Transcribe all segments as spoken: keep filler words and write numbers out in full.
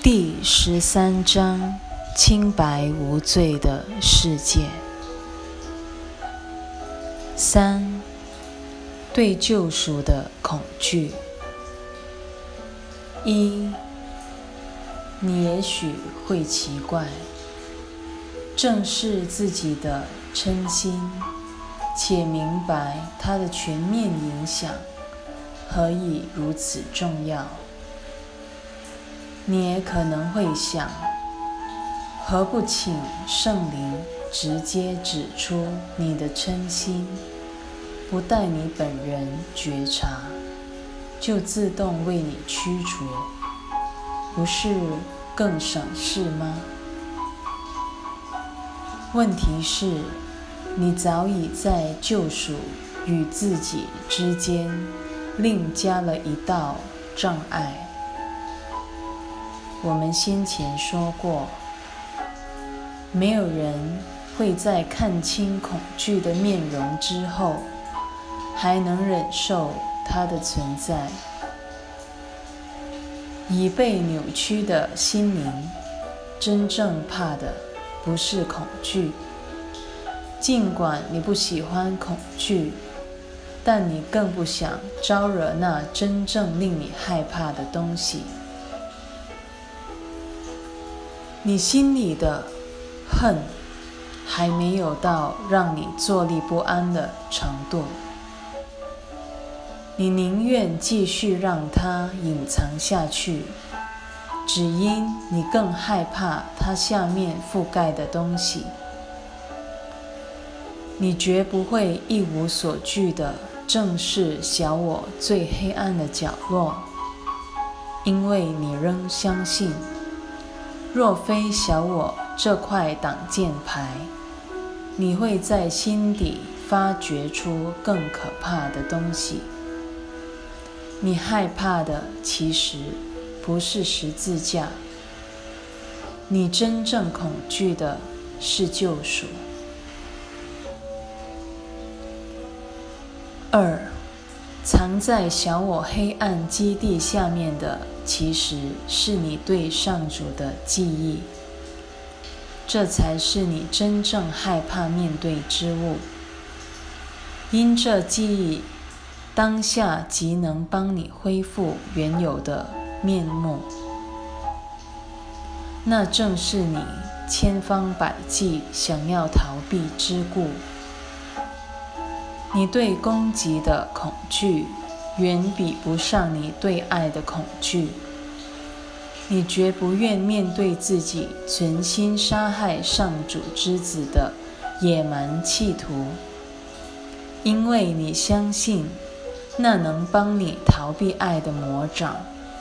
第十三章：清白无罪的世界。三、对救赎的恐惧。一、你也许会奇怪，正视自己的嗔心，且明白它的全面影响何以如此重要。你也可能会想，何不请圣灵直接指出你的嗔心，不待你本人觉察，就自动为你驱除，不是更省事吗？问题是，你早已在救赎与自己之间另加了一道障碍。我们先前说过，没有人会在看清恐惧的面容之后，还能忍受它的存在。已被扭曲的心灵，真正怕的不是恐惧。尽管你不喜欢恐惧，但你更不想招惹那真正令你害怕的东西。你心里的恨还没有到让你坐立不安的程度，你宁愿继续让它隐藏下去，只因你更害怕它下面覆盖的东西。你绝不会一无所惧地正视小我最黑暗的角落，因为你仍相信，若非小我这块挡箭牌，你会在心底发掘出更可怕的东西。你害怕的其实不是十字架，你真正恐惧的是救赎。二、藏在小我黑暗基地下面的，其实是你对上主的记忆，这才是你真正害怕面对之物。因这记忆当下即能帮你恢复原有的面目，那正是你千方百计想要逃避之故。你对攻击的恐惧远比不上你对爱的恐惧。你绝不愿面对自己存心杀害上主之子的野蛮企图，因为你相信那能帮你逃避爱的魔掌。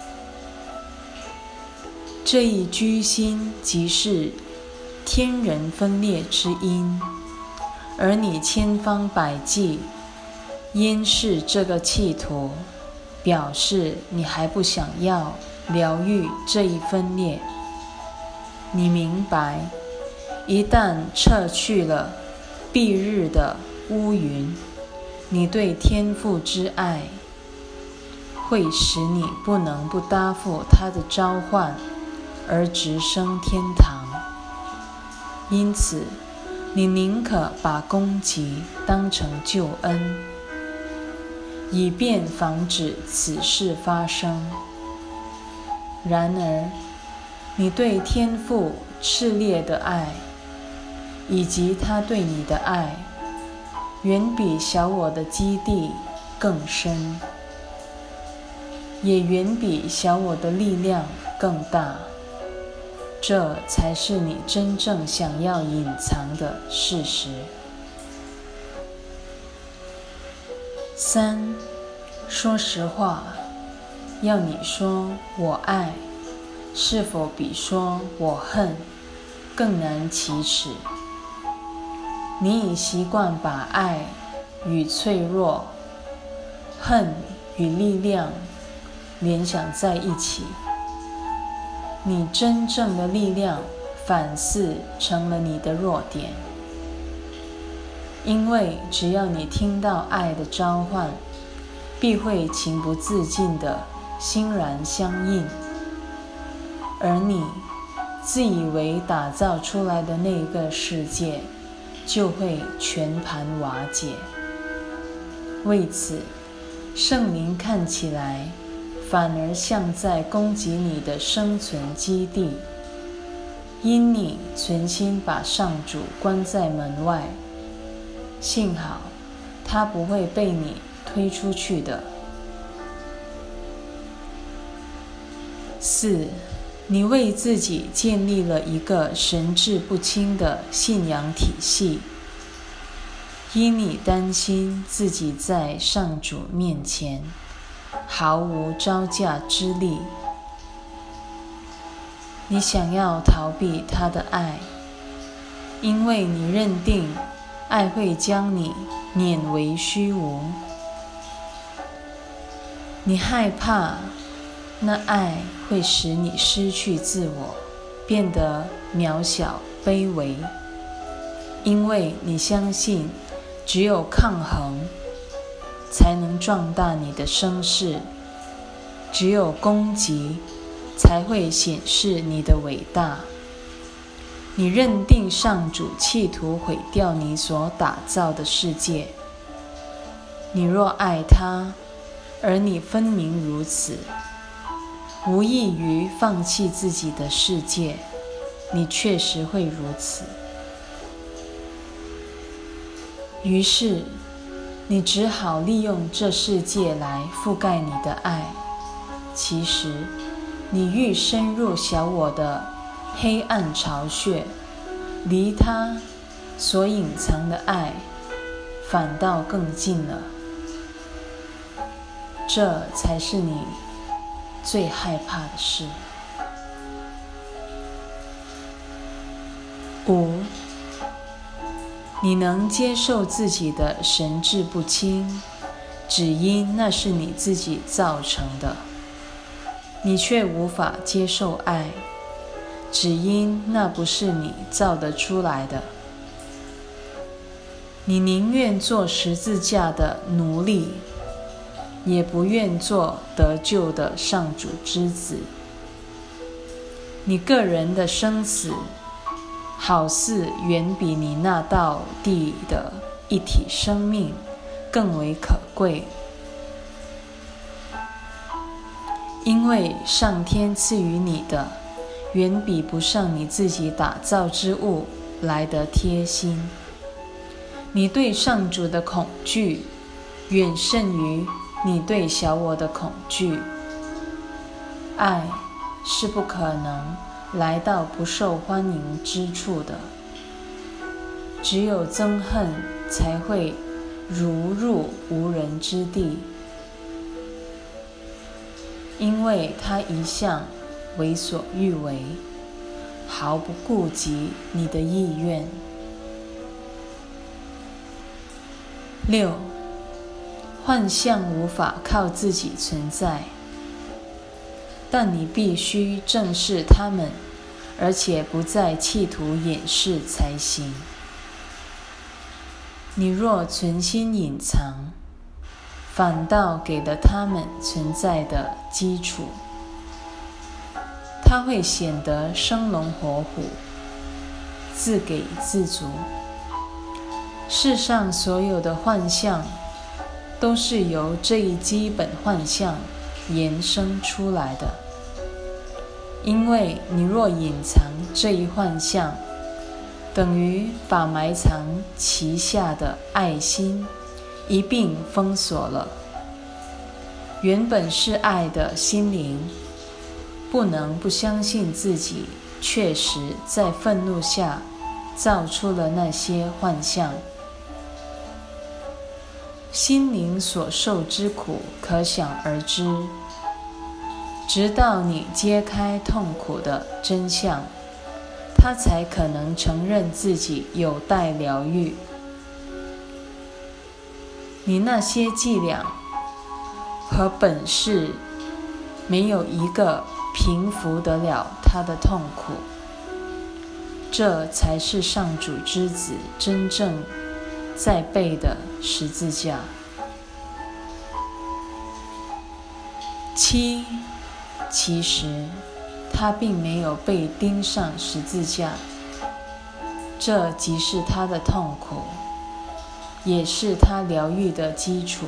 这一居心即是天人分裂之因，而你千方百计掩饰这个企图，表示你还不想要疗愈这一分裂。你明白，一旦撤去了蔽日的乌云，你对天父之爱会使你不能不答复他的召唤而直升天堂。因此你宁可把攻击当成救恩，以便防止此事发生。然而，你对天父炽烈的爱，以及他对你的爱，远比小我的基地更深，也远比小我的力量更大。这才是你真正想要隐藏的事实。三、说实话，要你说我爱，是否比说我恨更难启齿？你已习惯把爱与脆弱、恨与力量联想在一起。你真正的力量反似成了你的弱点，因为只要你听到爱的召唤，必会情不自禁地欣然相应， 而你自以为打造出来的那个世界就会全盘瓦解。为此，圣灵看起来反而像在攻击你的生存基地，因你存心把上主关在门外，幸好他不会被你推出去的。四，你为自己建立了一个神志不清的信仰体系，因你担心自己在上主面前毫无招架之力，你想要逃避他的爱，因为你认定爱会将你碾为虚无。你害怕那爱会使你失去自我，变得渺小卑微，因为你相信只有抗衡才能壮大你的声势，只有攻击才会显示你的伟大。你认定上主企图毁掉你所打造的世界，你若爱他，而你分明如此，无异于放弃自己的世界，你确实会如此。于是，你只好利用这世界来覆盖你的爱。其实，你愈深入小我的黑暗巢穴，离他所隐藏的爱反倒更近了。这才是你最害怕的事。五，你能接受自己的神志不清，只因那是你自己造成的；你却无法接受爱，只因那不是你造得出来的。你宁愿做十字架的奴隶，也不愿做得救的上主之子。你个人的生死，好似远比你那道地的一体生命更为可贵，因为上天赐予你的，远比不上你自己打造之物来得贴心。你对上主的恐惧，远胜于你对小我的恐惧。爱是不可能来到不受欢迎之处的，只有憎恨才会如入无人之地，因为他一向为所欲为，毫不顾及你的意愿。六，幻象无法靠自己存在，但你必须正视它们，而且不再企图掩饰才行。你若存心隐藏，反倒给了它们存在的基础，它会显得生龙活虎，自给自足。世上所有的幻象都是由这一基本幻象延伸出来的，因为你若隐藏这一幻象，等于把埋藏其下的爱心一并封锁了。原本是爱的心灵不能不相信自己确实在愤怒下造出了那些幻象。心灵所受之苦可想而知，直到你揭开痛苦的真相，他才可能承认自己有待疗愈。你那些伎俩和本事，没有一个平服得了他的痛苦。这才是上主之子真正在背的十字架。七，其实他并没有被钉上十字架，这即是他的痛苦，也是他疗愈的基础。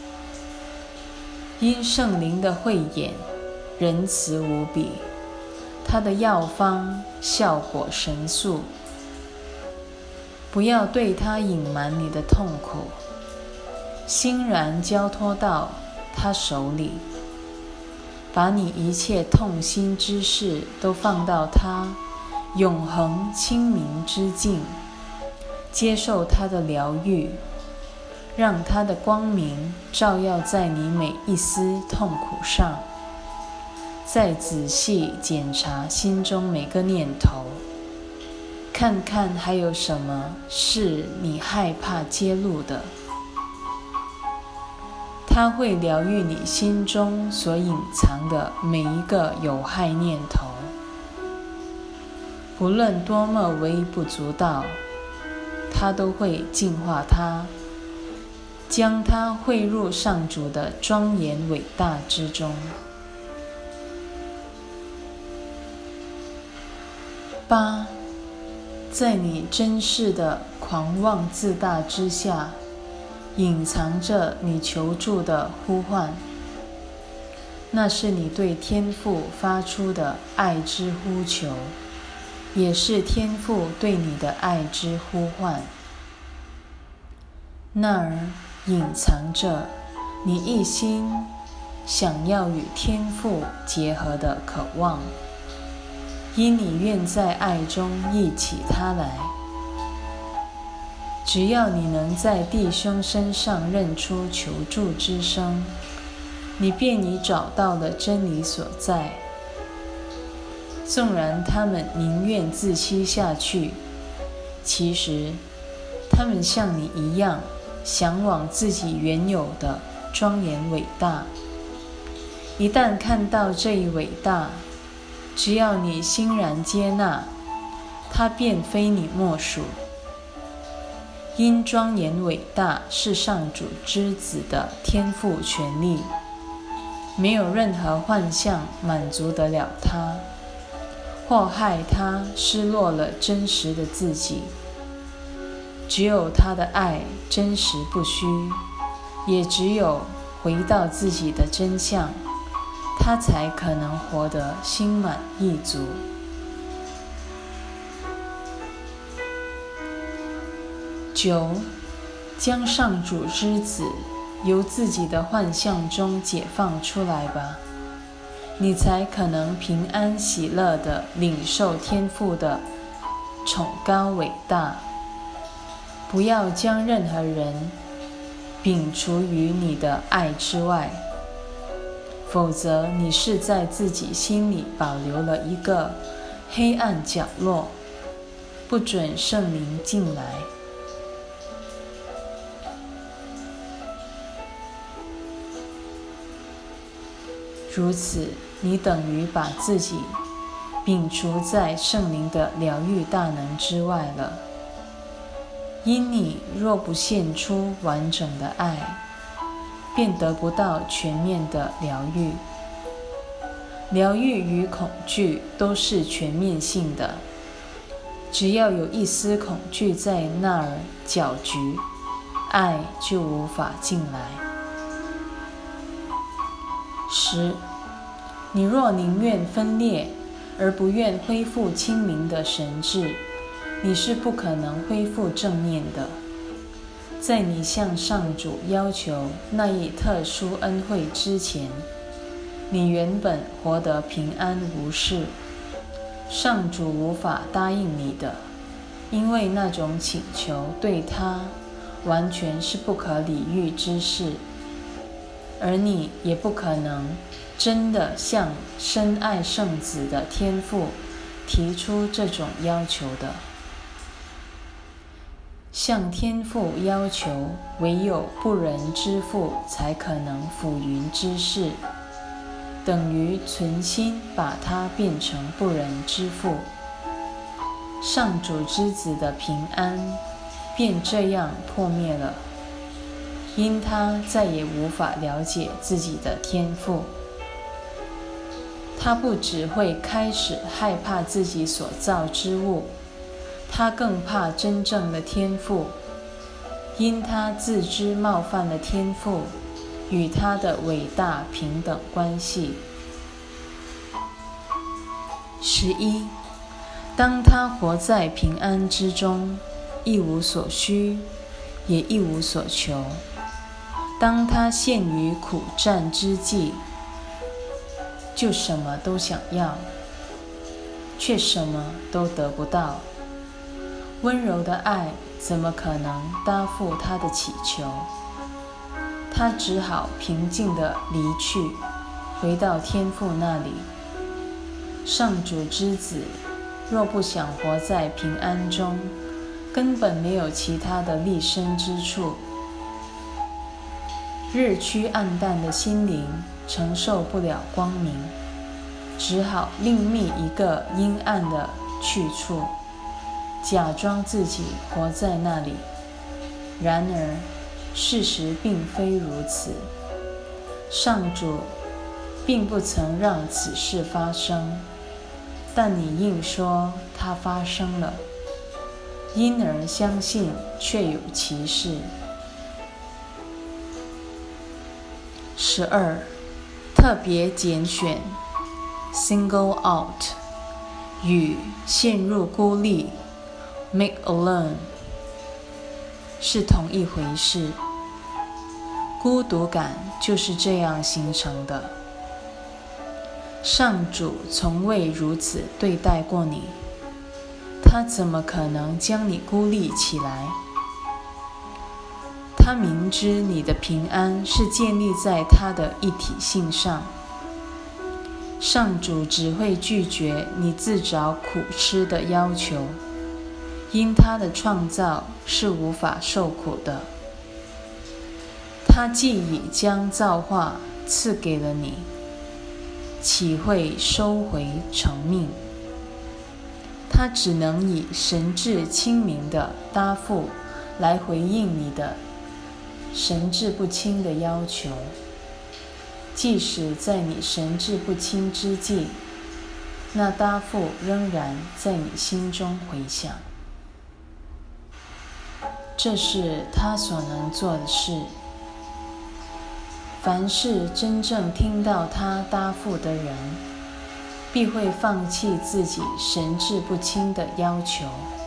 因圣灵的慧眼仁慈无比，他的药方效果神速。不要对他隐瞒你的痛苦，欣然交托到他手里，把你一切痛心之事都放到他永恒清明之境，接受他的疗愈，让他的光明照耀在你每一丝痛苦上。再仔细检查心中每个念头，看看还有什么是你害怕揭露的。它会疗愈你心中所隐藏的每一个有害念头，不论多么微不足道，它都会净化它，将它汇入上主的庄严伟大之中。八，在你珍视的狂妄自大之下，隐藏着你求助的呼唤，那是你对天父发出的爱之呼求，也是天父对你的爱之呼唤。那儿隐藏着你一心想要与天父结合的渴望，因你愿在爱中忆起他来。只要你能在弟兄身上认出求助之声，你便已找到了真理所在。纵然他们宁愿自欺下去，其实他们像你一样向往自己原有的庄严伟大。一旦看到这一伟大，只要你欣然接纳，它便非你莫属。因庄严伟大是上主之子的天赋权利，没有任何幻象满足得了他，或害他失落了真实的自己。只有他的爱真实不虚，也只有回到自己的真相，他才可能活得心满意足。九，将上主之子由自己的幻象中解放出来吧，你才可能平安喜乐地领受天父的崇高伟大。不要将任何人摒除于你的爱之外，否则你是在自己心里保留了一个黑暗角落，不准圣灵进来。如此，你等于把自己摒除在圣灵的疗愈大能之外了。因你若不献出完整的爱，便得不到全面的疗愈。疗愈与恐惧都是全面性的，只要有一丝恐惧在那儿搅局，爱就无法进来。十，你若宁愿分裂，而不愿恢复清明的神智，你是不可能恢复正念的。在你向上主要求那一特殊恩惠之前，你原本活得平安无事，上主无法答应你的，因为那种请求对他完全是不可理喻之事，而你也不可能真的向深爱圣子的天父提出这种要求的。向天父要求唯有不仁之父才可能抚云之事，等于存心把它变成不仁之父。上主之子的平安便这样破灭了，因他再也无法了解自己的天父。他他不只会开始害怕自己所造之物，他更怕真正的天父，因他自知冒犯了天父与他的伟大平等关系。十一，当他活在平安之中，一无所需，也一无所求；当他陷于苦战之际，就什么都想要，却什么都得不到。温柔的爱怎么可能答复他的祈求？他只好平静地离去，回到天父那里。上主之子若不想活在平安中，根本没有其他的立身之处。日趋暗淡的心灵承受不了光明，只好另觅一个阴暗的去处，假装自己活在那里。然而事实并非如此，上主并不曾让此事发生，但你硬说它发生了，因而相信确有其事。十二，特别拣选 single out 与陷入孤立 make alone 是同一回事。孤独感就是这样形成的。上主从未如此对待过你，他怎么可能将你孤立起来？他明知你的平安是建立在他的一体性上，上主只会拒绝你自找苦吃的要求，因他的创造是无法受苦的。他既已将造化赐给了你，岂会收回成命？他只能以神志清明的答复来回应你的神志不清的要求，即使在你神志不清之际，那答复仍然在你心中回响。这是他所能做的事。凡是真正听到他答复的人，必会放弃自己神志不清的要求，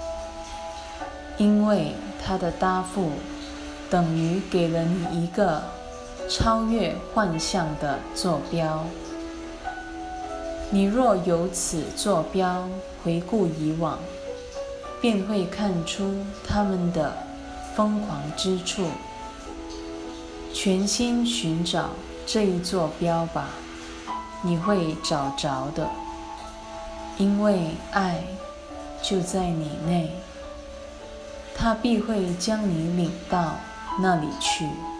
因为他的答复等于给了你一个超越幻象的坐标。你若由此坐标回顾以往，便会看出他们的疯狂之处。全心寻找这一坐标吧，你会找着的，因为爱就在你内，它必会将你领到那里去。